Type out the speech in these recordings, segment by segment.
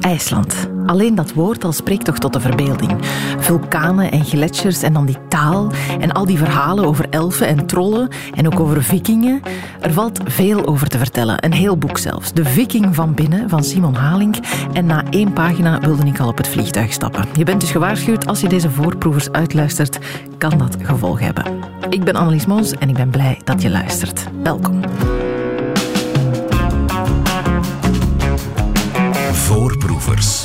IJsland. Alleen dat woord al spreekt toch tot de verbeelding. Vulkanen en gletsjers en dan die taal en al die verhalen over elfen en trollen en ook over vikingen. Er valt veel over te vertellen, een heel boek zelfs. De Viking van Binnen van Simon Halink. En na 1 pagina wilde ik al op het vliegtuig stappen. Je bent dus gewaarschuwd, als je deze voorproevers uitluistert, kan dat gevolgen hebben. Ik ben Annelies Mons en ik ben blij dat je luistert. Welkom. Voorproevers.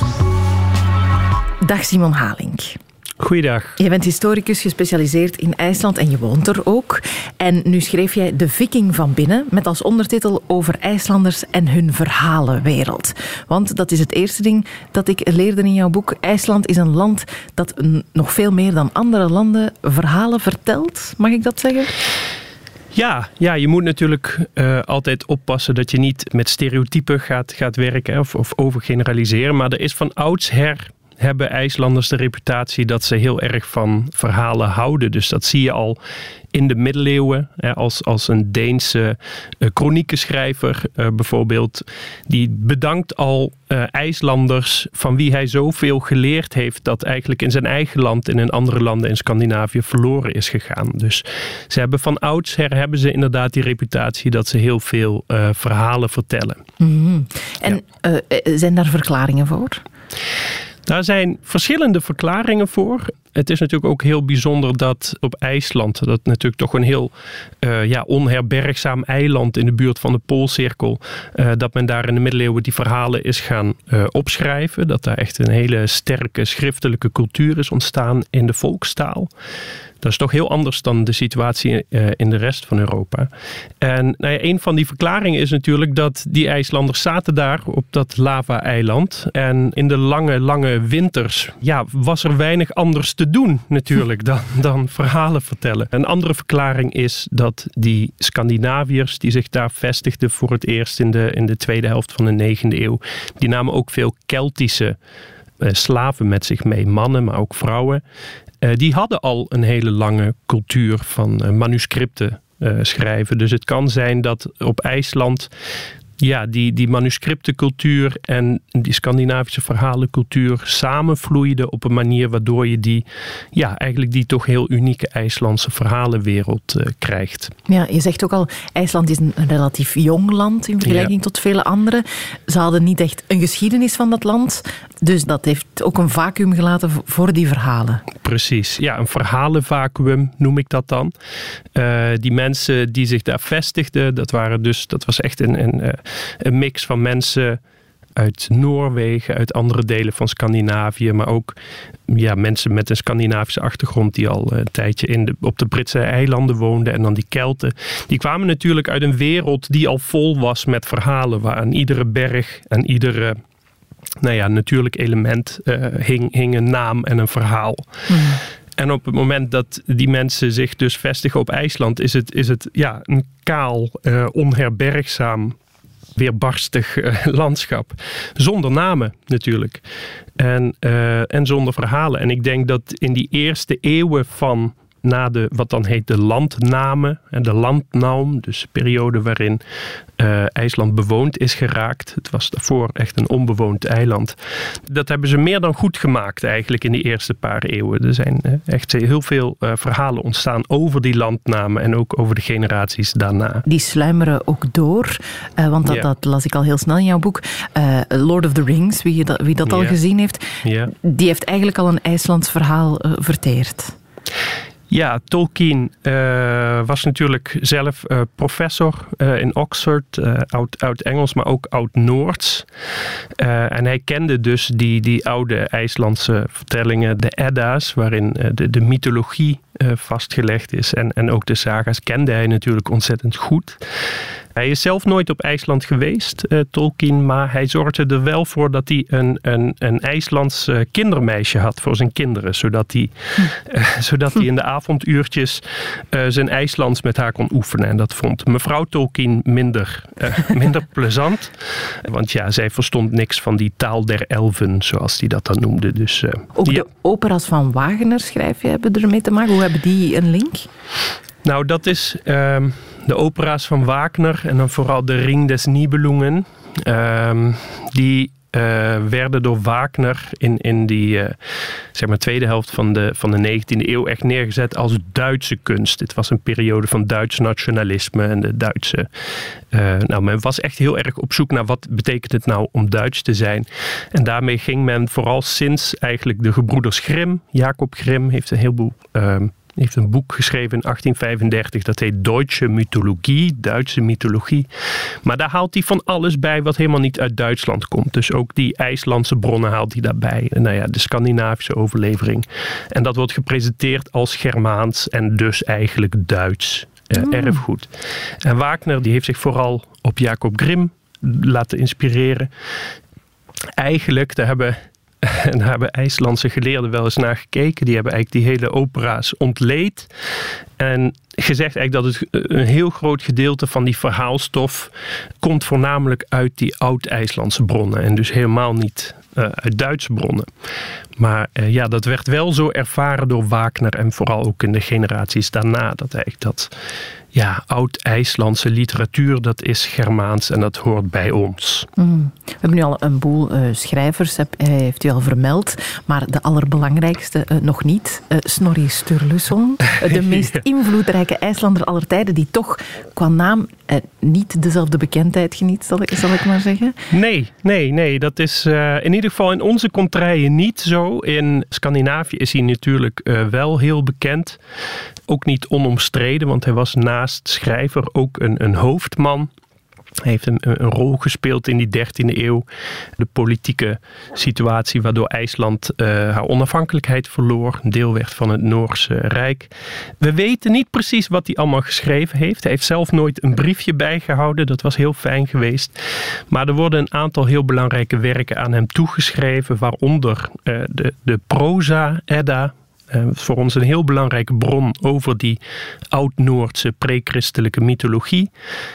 Dag Simon Halink. Goeiedag. Je bent historicus gespecialiseerd in IJsland en je woont er ook. En nu schreef jij De Viking van Binnen met als ondertitel over IJslanders en hun verhalenwereld. Want dat is het eerste ding dat ik leerde in jouw boek. IJsland is een land dat nog veel meer dan andere landen verhalen vertelt. Mag ik dat zeggen? Ja, je moet natuurlijk altijd oppassen dat je niet met stereotypen gaat werken of overgeneraliseren. Maar er is van oudsher hebben IJslanders de reputatie dat ze heel erg van verhalen houden. Dus dat zie je al in de middeleeuwen. Als een Deense kroniekschrijver bijvoorbeeld. Die bedankt al IJslanders van wie hij zoveel geleerd heeft dat eigenlijk in zijn eigen land en in andere landen in Scandinavië verloren is gegaan. Dus ze hebben van oudsher inderdaad die reputatie dat ze heel veel verhalen vertellen. Mm-hmm. En zijn daar verklaringen voor? Daar zijn verschillende verklaringen voor. Het is natuurlijk ook heel bijzonder dat op IJsland, dat natuurlijk toch een heel onherbergzaam eiland in de buurt van de Poolcirkel, dat men daar in de middeleeuwen die verhalen is gaan opschrijven. Dat daar echt een hele sterke schriftelijke cultuur is ontstaan in de volkstaal. Dat is toch heel anders dan de situatie in de rest van Europa. En een van die verklaringen is natuurlijk dat die IJslanders zaten daar op dat lava-eiland. En in de lange winters was er weinig anders te doen natuurlijk dan verhalen vertellen. Een andere verklaring is dat die Scandinaviërs die zich daar vestigden voor het eerst in de tweede helft van de 9e eeuw, die namen ook veel Keltische slaven met zich mee, mannen, maar ook vrouwen. Die hadden al een hele lange cultuur van manuscripten schrijven. Dus het kan zijn dat op IJsland die manuscriptencultuur en die Scandinavische verhalencultuur samenvloeiden op een manier waardoor je die toch heel unieke IJslandse verhalenwereld krijgt. Ja, je zegt ook al, IJsland is een relatief jong land in vergelijking tot vele andere. Ze hadden niet echt een geschiedenis van dat land, dus dat heeft ook een vacuüm gelaten voor die verhalen. Precies, een verhalenvacuüm noem ik dat dan. Die mensen die zich daar vestigden, dat was echt een mix van mensen uit Noorwegen, uit andere delen van Scandinavië, maar ook mensen met een Scandinavische achtergrond die al een tijdje op de Britse eilanden woonden. En dan die Kelten. Die kwamen natuurlijk uit een wereld die al vol was met verhalen, waar aan iedere berg, aan iedere natuurlijk element hing een naam en een verhaal. Mm. En op het moment dat die mensen zich dus vestigen op IJsland, is het een kaal, onherbergzaam, weerbarstig landschap. Zonder namen natuurlijk. En zonder verhalen. En ik denk dat in die eerste eeuwen van wat dan heet de landnamen en de landnaum, dus de periode waarin IJsland bewoond is geraakt. Het was daarvoor echt een onbewoond eiland. Dat hebben ze meer dan goed gemaakt eigenlijk in die eerste paar eeuwen. Er zijn echt heel veel verhalen ontstaan over die landnamen en ook over de generaties daarna. Die sluimeren ook door, want dat las ik al heel snel in jouw boek. Lord of the Rings, wie dat al gezien heeft, die heeft eigenlijk al een IJslands verhaal verteerd. Ja, Tolkien was natuurlijk zelf professor in Oxford, oud-Engels, maar ook oud-Noords. En hij kende dus die oude IJslandse vertellingen, de Edda's, waarin de mythologie vastgelegd is. En ook de saga's kende hij natuurlijk ontzettend goed. Hij is zelf nooit op IJsland geweest, Tolkien, maar hij zorgde er wel voor dat hij een IJslands kindermeisje had voor zijn kinderen, zodat hij in de avonduurtjes zijn IJslands met haar kon oefenen. En dat vond mevrouw Tolkien minder plezant, want zij verstond niks van die taal der elfen, zoals hij dat dan noemde. Dus, ook de opera's van Wagner, schrijf je, hebben ermee te maken. Hoe hebben die een link? Nou, dat is de opera's van Wagner en dan vooral de Ring des Nibelungen. Die werden door Wagner in die tweede helft van de 19e eeuw echt neergezet als Duitse kunst. Het was een periode van Duits nationalisme en de Duitse... men was echt heel erg op zoek naar wat betekent het nou om Duits te zijn. En daarmee ging men vooral sinds eigenlijk de gebroeders Grimm. Jacob Grimm heeft heeft een boek geschreven in 1835, dat heet Deutsche Mythologie, Duitse mythologie. Maar daar haalt hij van alles bij wat helemaal niet uit Duitsland komt. Dus ook die IJslandse bronnen haalt hij daarbij. De Scandinavische overlevering. En dat wordt gepresenteerd als Germaans en dus eigenlijk Duits erfgoed. En Wagner die heeft zich vooral op Jacob Grimm laten inspireren. Eigenlijk, daar hebben IJslandse geleerden wel eens naar gekeken. Die hebben eigenlijk die hele opera's ontleed. En gezegd eigenlijk dat het een heel groot gedeelte van die verhaalstof komt voornamelijk uit die oud-IJslandse bronnen. En dus helemaal niet uit Duitse bronnen. Maar dat werd wel zo ervaren door Wagner en vooral ook in de generaties daarna. Dat eigenlijk dat oud-IJslandse literatuur, dat is Germaans en dat hoort bij ons. We hebben nu al een boel schrijvers, heeft u al vermeld, maar de allerbelangrijkste nog niet. Snorri Sturluson, de meest invloedrijke IJslander aller tijden, die toch qua naam niet dezelfde bekendheid geniet, zal ik maar zeggen. Nee, dat is in ieder geval in onze contraien niet zo. In Scandinavië is hij natuurlijk wel heel bekend. Ook niet onomstreden, want hij was naast schrijver ook een hoofdman. Hij heeft een rol gespeeld in die 13e eeuw. De politieke situatie waardoor IJsland haar onafhankelijkheid verloor. Een deel werd van het Noorse Rijk. We weten niet precies wat hij allemaal geschreven heeft. Hij heeft zelf nooit een briefje bijgehouden. Dat was heel fijn geweest. Maar er worden een aantal heel belangrijke werken aan hem toegeschreven. Waaronder de Proza-Edda. Voor ons een heel belangrijke bron over die oud-Noordse pre-christelijke mythologie.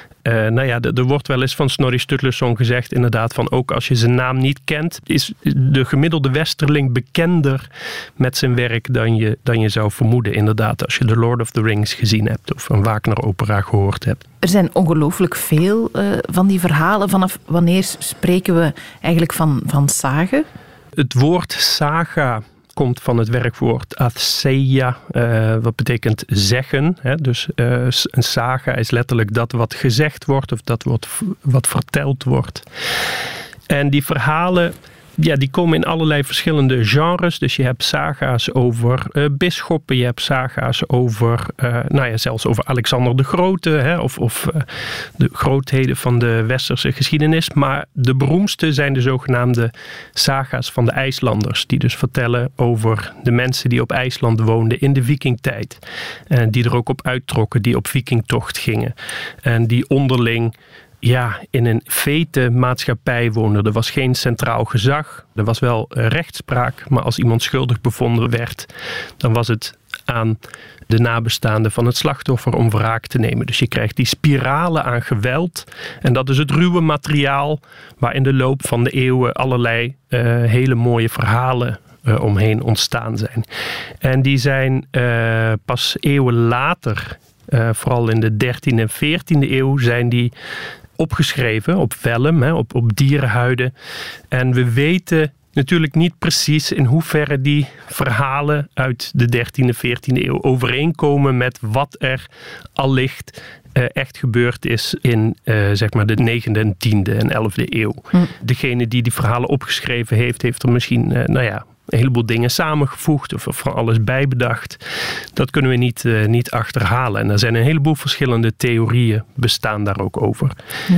Er wordt wel eens van Snorri Sturluson gezegd inderdaad van ook als je zijn naam niet kent, is de gemiddelde westerling bekender met zijn werk dan je zou vermoeden. Inderdaad, als je The Lord of the Rings gezien hebt of een Wagner-opera gehoord hebt. Er zijn ongelooflijk veel van die verhalen. Vanaf wanneer spreken we eigenlijk van sagen? Het woord saga komt van het werkwoord atheia, wat betekent zeggen. Hè? Dus een saga is letterlijk dat wat gezegd wordt of dat wat verteld wordt. En die verhalen, die komen in allerlei verschillende genres. Dus je hebt saga's over bisschoppen, je hebt saga's over, zelfs over Alexander de Grote, hè, of de grootheden van de westerse geschiedenis. Maar de beroemdste zijn de zogenaamde saga's van de IJslanders, die dus vertellen over de mensen die op IJsland woonden in de vikingtijd. En die er ook op uittrokken, die op vikingtocht gingen. En die onderling in een vete maatschappij woonden. Er was geen centraal gezag. Er was wel rechtspraak. Maar als iemand schuldig bevonden werd, dan was het aan de nabestaanden van het slachtoffer om wraak te nemen. Dus je krijgt die spiralen aan geweld. En dat is het ruwe materiaal waar in de loop van de eeuwen allerlei hele mooie verhalen omheen ontstaan zijn. En die zijn pas eeuwen later, vooral in de 13e en 14e eeuw, zijn die opgeschreven op vellum, op dierenhuiden. En we weten natuurlijk niet precies in hoeverre die verhalen uit de 13e, 14e eeuw overeenkomen met wat er allicht echt gebeurd is in de 9e en 10e en 11e eeuw. Degene die die verhalen opgeschreven heeft er misschien een heleboel dingen samengevoegd of van alles bijbedacht. Dat kunnen we niet achterhalen. En er zijn een heleboel verschillende theorieën bestaan daar ook over.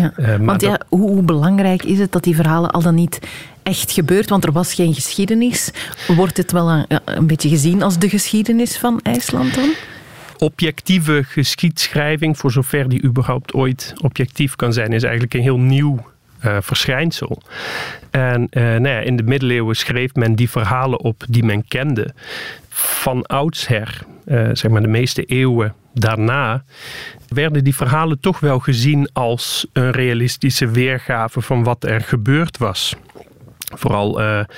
Ja. Hoe belangrijk is het dat die verhalen al dan niet echt gebeurt? Want er was geen geschiedenis. Wordt het wel een beetje gezien als de geschiedenis van IJsland dan? Objectieve geschiedschrijving, voor zover die überhaupt ooit objectief kan zijn, is eigenlijk een heel nieuw verschijnsel. En in de middeleeuwen schreef men die verhalen op die men kende. Van oudsher, de meeste eeuwen daarna, werden die verhalen toch wel gezien als een realistische weergave van wat er gebeurd was. Vooral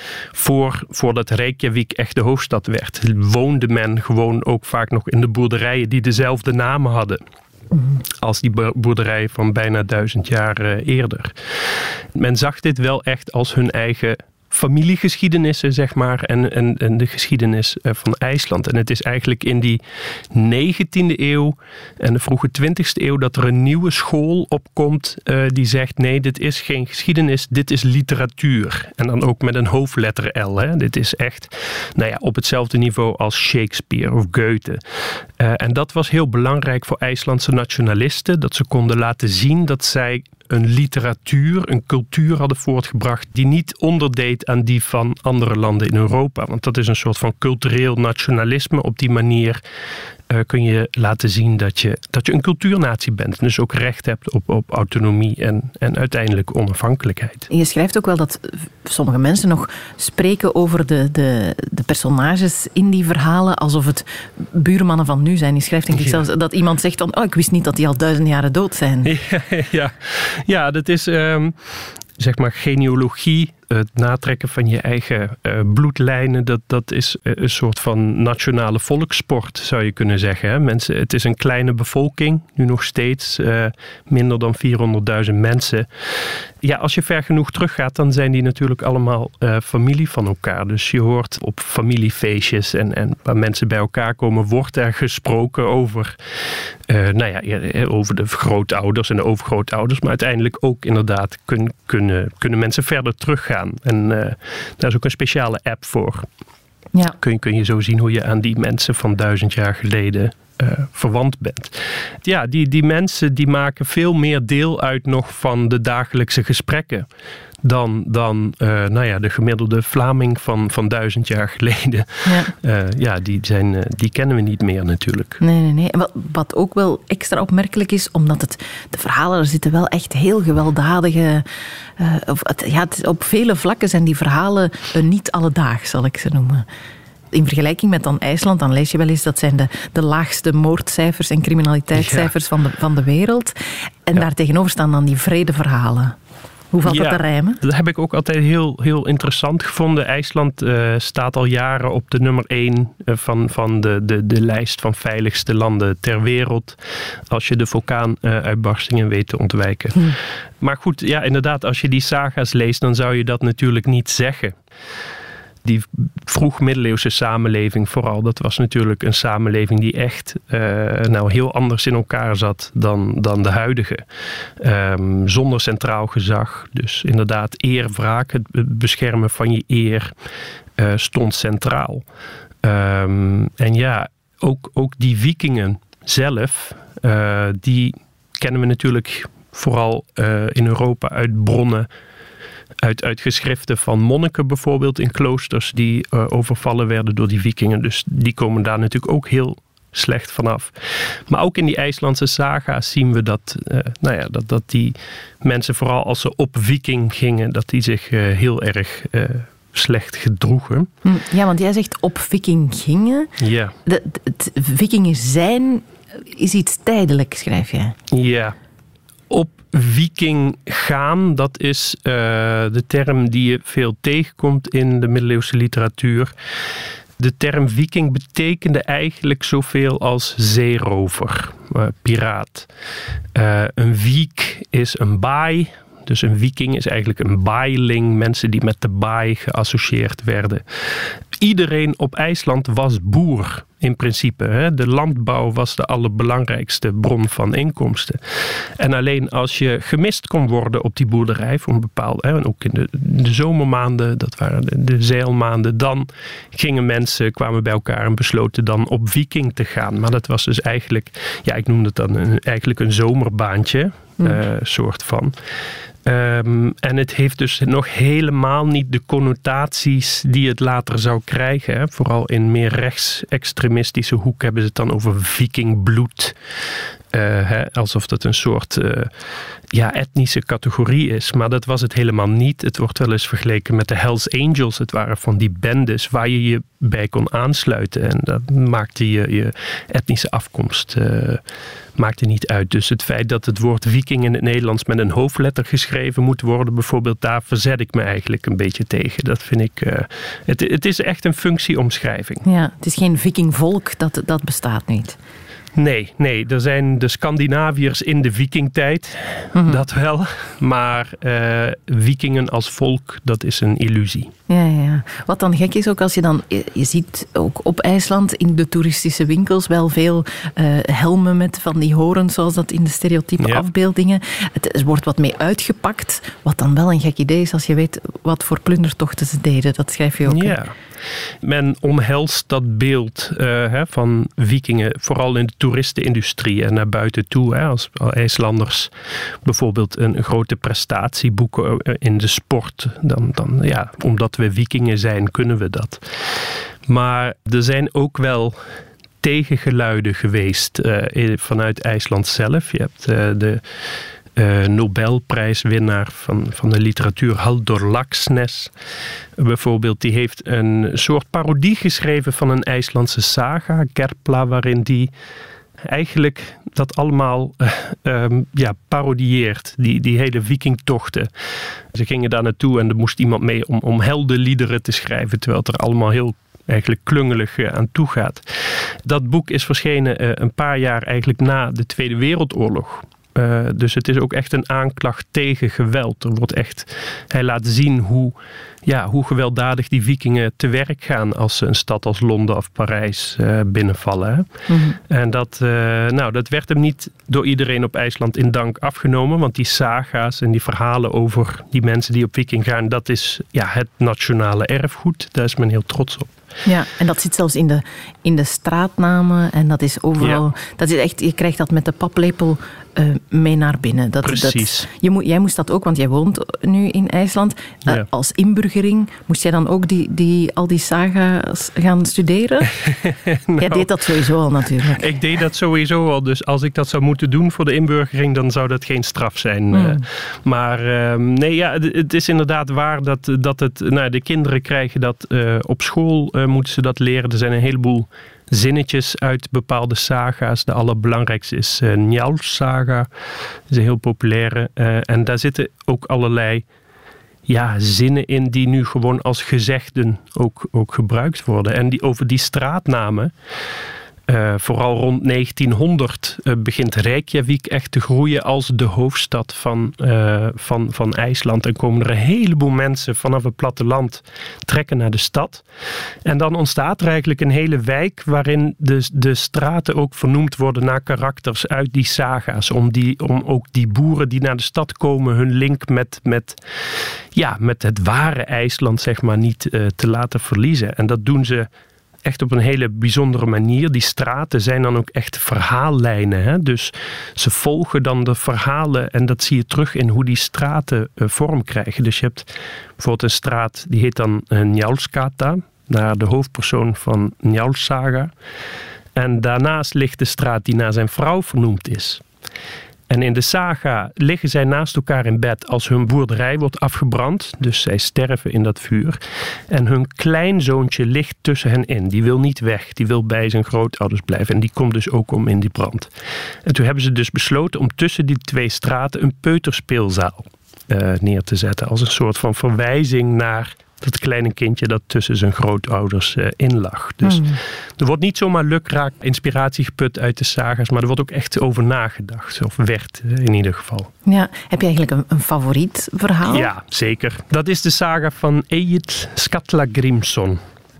voordat Reykjavik echt de hoofdstad werd, woonde men gewoon ook vaak nog in de boerderijen die dezelfde namen hadden. als die boerderijen van bijna 1000 jaar eerder. Men zag dit wel echt als hun eigen familiegeschiedenissen, zeg maar, en de geschiedenis van IJsland. En het is eigenlijk in die 19e eeuw en de vroege 20e eeuw dat er een nieuwe school opkomt die zegt, nee, dit is geen geschiedenis, dit is literatuur. En dan ook met een hoofdletter L. Hè. Dit is echt op hetzelfde niveau als Shakespeare of Goethe. En dat was heel belangrijk voor IJslandse nationalisten, dat ze konden laten zien dat zij een literatuur, een cultuur hadden voortgebracht die niet onderdeed aan die van andere landen in Europa. Want dat is een soort van cultureel nationalisme. Op die manier kun je laten zien dat je een cultuurnatie bent. En dus ook recht hebt op autonomie en uiteindelijk onafhankelijkheid. Je schrijft ook wel dat sommige mensen nog spreken over de personages in die verhalen alsof het buurmannen van nu zijn. Je schrijft denk ik zelfs dat iemand zegt van, ik wist niet dat die al 1000 jaren dood zijn. Ja, dat is zeg maar genealogie. Het natrekken van je eigen bloedlijnen, dat is een soort van nationale volkssport, zou je kunnen zeggen. Hè? Mensen, het is een kleine bevolking, nu nog steeds minder dan 400.000 mensen. Ja, als je ver genoeg teruggaat, dan zijn die natuurlijk allemaal familie van elkaar. Dus je hoort op familiefeestjes en waar mensen bij elkaar komen, wordt er gesproken over, over de grootouders en de overgrootouders. Maar uiteindelijk ook inderdaad kunnen mensen verder teruggaan. En daar is ook een speciale app voor. Ja. Kun je zo zien hoe je aan die mensen van 1000 jaar geleden verwant bent. Ja, die mensen die maken veel meer deel uit nog van de dagelijkse gesprekken dan de gemiddelde Vlaming van 1000 jaar geleden. Ja, die kennen we niet meer natuurlijk. Nee. En wat ook wel extra opmerkelijk is, omdat de verhalen, er zitten wel echt heel gewelddadige... op vele vlakken zijn die verhalen niet alledaags, zal ik ze noemen. In vergelijking met dan IJsland, dan lees je wel eens dat zijn de laagste moordcijfers en criminaliteitscijfers van de wereld. En daartegenover staan dan die vredeverhalen. Hoe valt dat te rijmen? Dat heb ik ook altijd heel, heel interessant gevonden. IJsland staat al jaren op de nummer 1 van de lijst van veiligste landen ter wereld. Als je de vulkaanuitbarstingen weet te ontwijken. Maar goed, ja, inderdaad, als je die saga's leest, dan zou je dat natuurlijk niet zeggen. Die vroeg-middeleeuwse samenleving vooral, dat was natuurlijk een samenleving die echt heel anders in elkaar zat dan de huidige. Zonder centraal gezag. Dus inderdaad eer, wraak, het beschermen van je eer stond centraal. En ja, ook die vikingen zelf, die kennen we natuurlijk vooral in Europa uit bronnen. Uit geschriften van monniken bijvoorbeeld in kloosters die overvallen werden door die vikingen. Dus die komen daar natuurlijk ook heel slecht vanaf. Maar ook in die IJslandse saga's zien we dat die mensen, vooral als ze op viking gingen, dat die zich heel erg slecht gedroegen. Ja, want jij zegt op viking gingen. Ja. Vikingen zijn is iets tijdelijk, schrijf jij. Ja. Op viking gaan, dat is de term die je veel tegenkomt in de middeleeuwse literatuur. De term viking betekende eigenlijk zoveel als zeerover, piraat. Een viek is een baai. Dus een viking is eigenlijk een baailing, mensen die met de baai geassocieerd werden. Iedereen op IJsland was boer in principe. Hè. De landbouw was de allerbelangrijkste bron van inkomsten. En alleen als je gemist kon worden op die boerderij voor een bepaald, en ook in de zomermaanden, dat waren de zeilmaanden, dan kwamen bij elkaar en besloten dan op viking te gaan. Maar dat was dus eigenlijk, ik noemde het dan eigenlijk een zomerbaantje, soort van. En het heeft dus nog helemaal niet de connotaties die het later zou krijgen. Hè. Vooral in meer rechtsextremistische hoek hebben ze het dan over vikingbloed. Alsof dat een soort etnische categorie is. Maar dat was het helemaal niet. Het wordt wel eens vergeleken met de Hells Angels. Het waren van die bendes waar je je bij kon aansluiten. En dat maakte je etnische afkomst maakte niet uit. Dus het feit dat het woord viking in het Nederlands met een hoofdletter geschreven moet worden, bijvoorbeeld, daar verzet ik me eigenlijk een beetje tegen. Dat vind ik... Het is echt een functieomschrijving. Ja, het is geen vikingvolk, dat bestaat niet. Nee, er zijn de Scandinaviërs in de vikingtijd, dat wel. Maar vikingen als volk, dat is een illusie. Ja. Wat dan gek is ook als je dan... Je ziet ook op IJsland in de toeristische winkels wel veel helmen met van die horens, zoals dat in de stereotype afbeeldingen. Het wordt wat mee uitgepakt, wat dan wel een gek idee is als je weet wat voor plundertochten ze deden. Dat schrijf je ook. Ja. Men omhelst dat beeld van vikingen, vooral in de toeristenindustrie en naar buiten toe. Als IJslanders bijvoorbeeld een grote prestatie boeken in de sport, dan omdat we vikingen zijn, kunnen we dat. Maar er zijn ook wel tegengeluiden geweest vanuit IJsland zelf. Je hebt de Nobelprijswinnaar van de literatuur Halldór Laxness bijvoorbeeld, die heeft een soort parodie geschreven van een IJslandse saga, Gerpla, waarin die eigenlijk dat allemaal parodieert. Die hele vikingtochten. Ze gingen daar naartoe en er moest iemand mee om heldenliederen te schrijven, terwijl het er allemaal heel eigenlijk klungelig aan toe gaat. Dat boek is verschenen een paar jaar eigenlijk na de Tweede Wereldoorlog. Dus het is ook echt een aanklacht tegen geweld. Hij laat zien hoe gewelddadig die vikingen te werk gaan als ze een stad als Londen of Parijs binnenvallen. En dat werd hem niet door iedereen op IJsland in dank afgenomen, want die saga's en die verhalen over die mensen die op viking gaan, dat is het nationale erfgoed. Daar is men heel trots op. Ja, en dat zit zelfs in de straatnamen en dat is overal. Ja. Dat is echt, je krijgt dat met de paplepel mee naar binnen. Precies. Jij moest dat ook, want jij woont nu in IJsland. Als inburgering moest jij dan ook al die saga's gaan studeren? Jij deed dat sowieso al natuurlijk. Ik deed dat sowieso al, dus als ik dat zou moeten doen voor de inburgering, dan zou dat geen straf zijn. Maar het is inderdaad waar dat de kinderen krijgen dat op school moeten ze dat leren. Er zijn een heleboel zinnetjes uit bepaalde saga's. De allerbelangrijkste is Njál's saga. Dat is een heel populaire. En daar zitten ook allerlei zinnen in die nu gewoon als gezegden ook gebruikt worden. En die over die straatnamen, vooral rond 1900 begint Reykjavik echt te groeien als de hoofdstad van IJsland. En komen er een heleboel mensen vanaf het platteland trekken naar de stad. En dan ontstaat er eigenlijk een hele wijk waarin de straten ook vernoemd worden naar karakters uit die saga's. Om ook die boeren die naar de stad komen hun link met het ware IJsland zeg maar niet te laten verliezen. En dat doen ze echt op een hele bijzondere manier. Die straten zijn dan ook echt verhaallijnen. Hè? Dus ze volgen dan de verhalen en dat zie je terug in hoe die straten vorm krijgen. Dus je hebt bijvoorbeeld een straat die heet dan Njálsgata, naar de hoofdpersoon van Njál's saga. En daarnaast ligt de straat die naar zijn vrouw vernoemd is. En in de saga liggen zij naast elkaar in bed als hun boerderij wordt afgebrand. Dus zij sterven in dat vuur. En hun kleinzoontje ligt tussen hen in. Die wil niet weg. Die wil bij zijn grootouders blijven. En die komt dus ook om in die brand. En toen hebben ze dus besloten om tussen die twee straten een peuterspeelzaal neer te zetten. Als een soort van verwijzing naar dat kleine kindje dat tussen zijn grootouders in lag. Dus er wordt niet zomaar lukraak inspiratie geput uit de saga's, maar er wordt ook echt over nagedacht. Of werd in ieder geval. Ja, heb je eigenlijk een favoriet verhaal? Ja, zeker. Dat is de saga van Egill Skallagrímsson.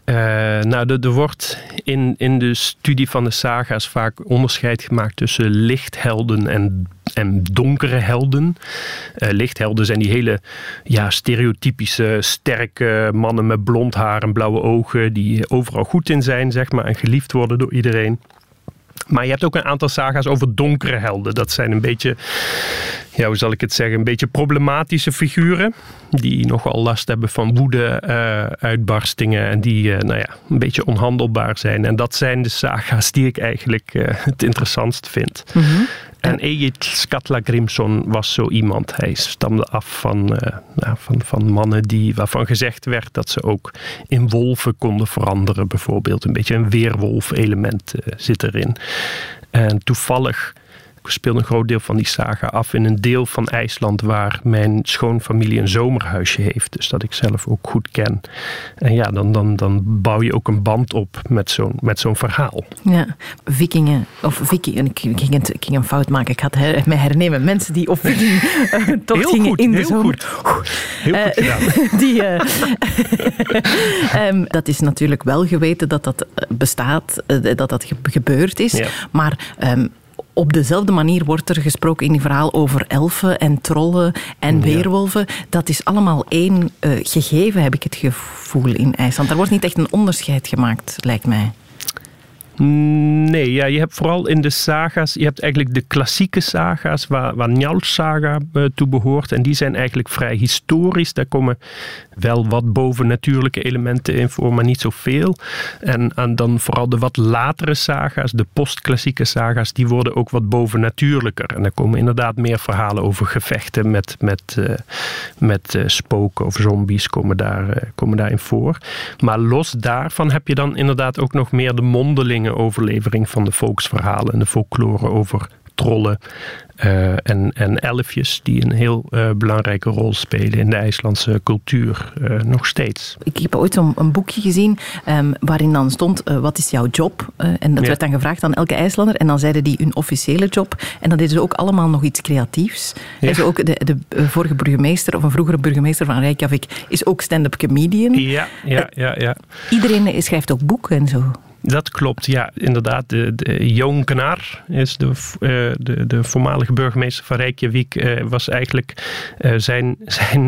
Er wordt in de studie van de saga's vaak onderscheid gemaakt tussen lichthelden en donkere helden. Lichthelden zijn die hele stereotypische, sterke mannen met blond haar en blauwe ogen die overal goed in zijn, zeg maar, en geliefd worden door iedereen. Maar je hebt ook een aantal saga's over donkere helden. Dat zijn een beetje, hoe zal ik het zeggen, een beetje problematische figuren. Die nogal last hebben van woede-uitbarstingen. En die een beetje onhandelbaar zijn. En dat zijn de saga's die ik eigenlijk het interessantst vind. Mm-hmm. En Egill Skallagrímsson was zo iemand. Hij stamde af van mannen waarvan gezegd werd dat ze ook in wolven konden veranderen. Bijvoorbeeld een beetje een weerwolf-element zit erin. En toevallig speelt een groot deel van die saga af in een deel van IJsland waar mijn schoonfamilie een zomerhuisje heeft. Dus dat ik zelf ook goed ken. En ja, dan bouw je ook een band op met zo'n verhaal. Ja, vikingen, ik ging een fout maken, ik had mij hernemen. Mensen die op vikingtocht gingen in de zomer. Heel goed gedaan. Dat is natuurlijk wel geweten dat bestaat, dat gebeurd is. Ja. Maar op dezelfde manier wordt er gesproken in die verhaal over elfen en trollen en weerwolven. Dat is allemaal één gegeven, heb ik het gevoel, in IJsland. Er wordt niet echt een onderscheid gemaakt, lijkt mij. Nee, ja, je hebt vooral in de saga's, je hebt eigenlijk de klassieke saga's waar Njál's saga toe behoort. En die zijn eigenlijk vrij historisch. Daar komen wel wat bovennatuurlijke elementen in voor, maar niet zoveel. En dan vooral de wat latere saga's, de postklassieke saga's, die worden ook wat bovennatuurlijker. En daar komen inderdaad meer verhalen over gevechten met spoken of zombies komen daarin voor. Maar los daarvan heb je dan inderdaad ook nog meer de mondelinge overlevering van de volksverhalen en de folklore over trollen en elfjes die een heel belangrijke rol spelen in de IJslandse cultuur nog steeds. Ik heb ooit een boekje gezien waarin dan stond wat is jouw job? En dat werd dan gevraagd aan elke IJslander en dan zeiden die hun officiële job en dan deden ze ook allemaal nog iets creatiefs. Ja. En zo ook de vorige burgemeester of een vroegere burgemeester van Reykjavik is ook stand-up comedian. Ja. Iedereen schrijft ook boeken en zo. Dat klopt, ja, inderdaad. De Jón Gnarr is de voormalige burgemeester van Reykjavik. Was eigenlijk zijn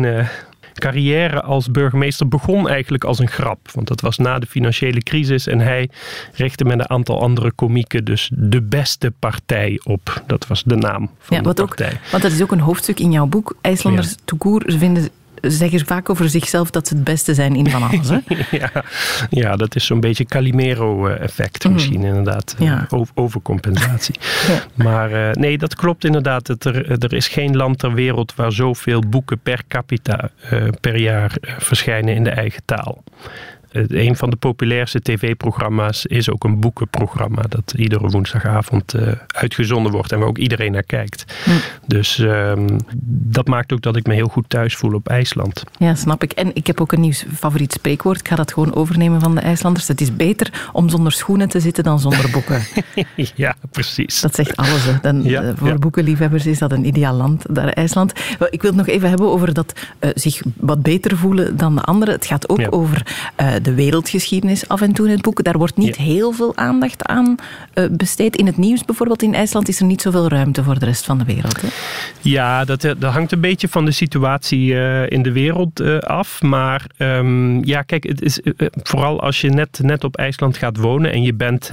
carrière als burgemeester begon eigenlijk als een grap. Want dat was na de financiële crisis en hij richtte met een aantal andere komieken dus de beste partij op. Dat was de naam van de partij. Want dat is ook een hoofdstuk in jouw boek. IJslanders tout court zeggen vaak over zichzelf dat ze het beste zijn in van alles. Hè? Ja, dat is zo'n beetje Calimero-effect misschien inderdaad. Overcompensatie. Ja. Maar nee, dat klopt inderdaad. Er is geen land ter wereld waar zoveel boeken per capita per jaar verschijnen in de eigen taal. Een van de populairste tv-programma's is ook een boekenprogramma dat iedere woensdagavond uitgezonden wordt en waar ook iedereen naar kijkt. Dus dat maakt ook dat ik me heel goed thuis voel op IJsland. Ja, snap ik. En ik heb ook een nieuw favoriet spreekwoord. Ik ga dat gewoon overnemen van de IJslanders. Het is beter om zonder schoenen te zitten dan zonder boeken. Ja, precies. Dat zegt alles. Hè. Voor boekenliefhebbers is dat een ideaal land, daar IJsland. Ik wil het nog even hebben over dat zich wat beter voelen dan de anderen. Het gaat ook over de wereldgeschiedenis af en toe in het boek. Daar wordt niet heel veel aandacht aan besteed. In het nieuws bijvoorbeeld in IJsland is er niet zoveel ruimte voor de rest van de wereld. Hè? Ja, dat hangt een beetje van de situatie in de wereld af. Maar kijk, het is vooral als je net op IJsland gaat wonen en je bent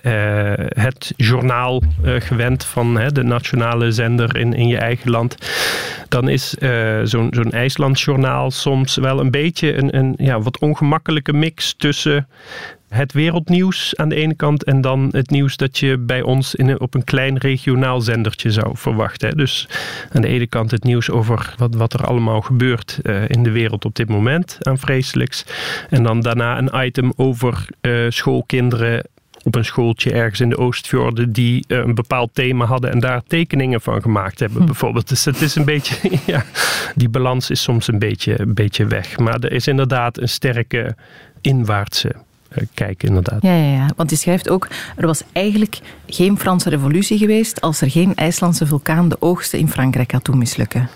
het journaal gewend van de nationale zender in je eigen land, dan is zo'n IJslandjournaal soms wel een beetje een wat ongemakkelijke mix tussen het wereldnieuws aan de ene kant en dan het nieuws dat je bij ons op een klein regionaal zendertje zou verwachten. Dus aan de ene kant het nieuws over wat er allemaal gebeurt in de wereld op dit moment aan vreselijks. En dan daarna een item over schoolkinderen op een schooltje ergens in de Oostfjorden die een bepaald thema hadden en daar tekeningen van gemaakt hebben bijvoorbeeld. Dus het is een beetje, die balans is soms een beetje weg. Maar er is inderdaad een sterke inwaartse kijk, inderdaad. Ja, want je schrijft ook, er was eigenlijk geen Franse revolutie geweest als er geen IJslandse vulkaan de oogsten in Frankrijk had doen mislukken.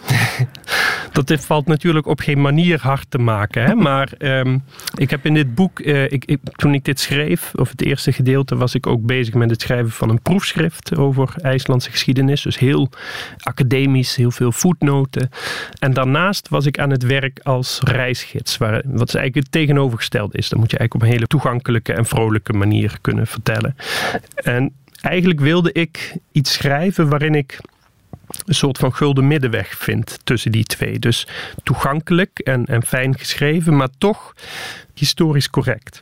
Dat valt natuurlijk op geen manier hard te maken. Hè? Maar ik heb in dit boek, toen ik dit schreef, of het eerste gedeelte, was ik ook bezig met het schrijven van een proefschrift over IJslandse geschiedenis. Dus heel academisch, heel veel voetnoten. En daarnaast was ik aan het werk als reisgids, wat eigenlijk het tegenovergestelde is. Dan moet je eigenlijk op een hele toegankelijke en vrolijke manier kunnen vertellen. En eigenlijk wilde ik iets schrijven waarin ik een soort van gulden middenweg vind tussen die twee. Dus toegankelijk en fijn geschreven, maar toch historisch correct.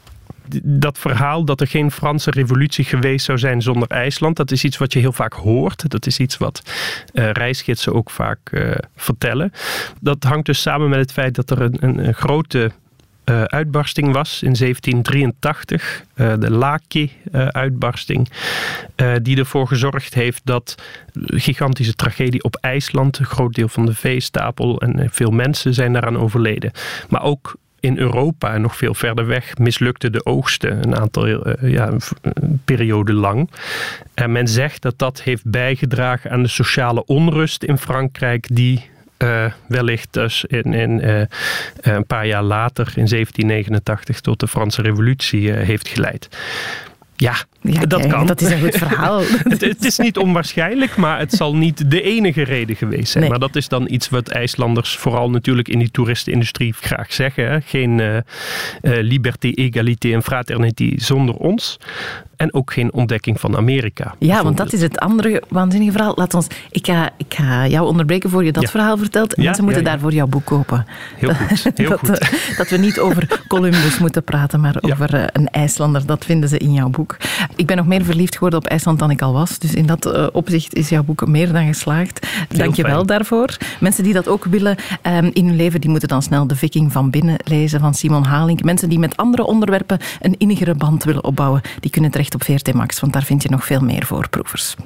Dat verhaal dat er geen Franse revolutie geweest zou zijn zonder IJsland, dat is iets wat je heel vaak hoort. Dat is iets wat reisgidsen ook vaak vertellen. Dat hangt dus samen met het feit dat er een grote uitbarsting was in 1783. De Laki-uitbarsting. Die ervoor gezorgd heeft dat gigantische tragedie op IJsland. Een groot deel van de veestapel en veel mensen zijn daaraan overleden. Maar ook in Europa en nog veel verder weg mislukte de oogsten een aantal een periode lang. En men zegt dat dat heeft bijgedragen aan de sociale onrust in Frankrijk die wellicht dus een paar jaar later in 1789 tot de Franse Revolutie heeft geleid. Ja, dat kijk, kan. Dat is een goed verhaal. Het is niet onwaarschijnlijk, maar het zal niet de enige reden geweest zijn. Nee. Maar dat is dan iets wat IJslanders vooral natuurlijk in die toeristenindustrie graag zeggen. Hè? Geen liberté, égalité en fraternité zonder ons. En ook geen ontdekking van Amerika. Ja, want dat is het andere waanzinnige verhaal. Ik ga jou onderbreken voor je dat verhaal vertelt. Mensen moeten daarvoor jouw boek kopen. Heel goed. Heel goed. Dat we niet over Columbus moeten praten, maar over een IJslander. Dat vinden ze in jouw boek. Ik ben nog meer verliefd geworden op IJsland dan ik al was. Dus in dat opzicht is jouw boek meer dan geslaagd. Dank je wel daarvoor. Mensen die dat ook willen in hun leven, die moeten dan snel De Viking van Binnen lezen van Simon Halink. Mensen die met andere onderwerpen een innigere band willen opbouwen, die kunnen terecht op VRT Max, want daar vind je nog veel meer voorproevers.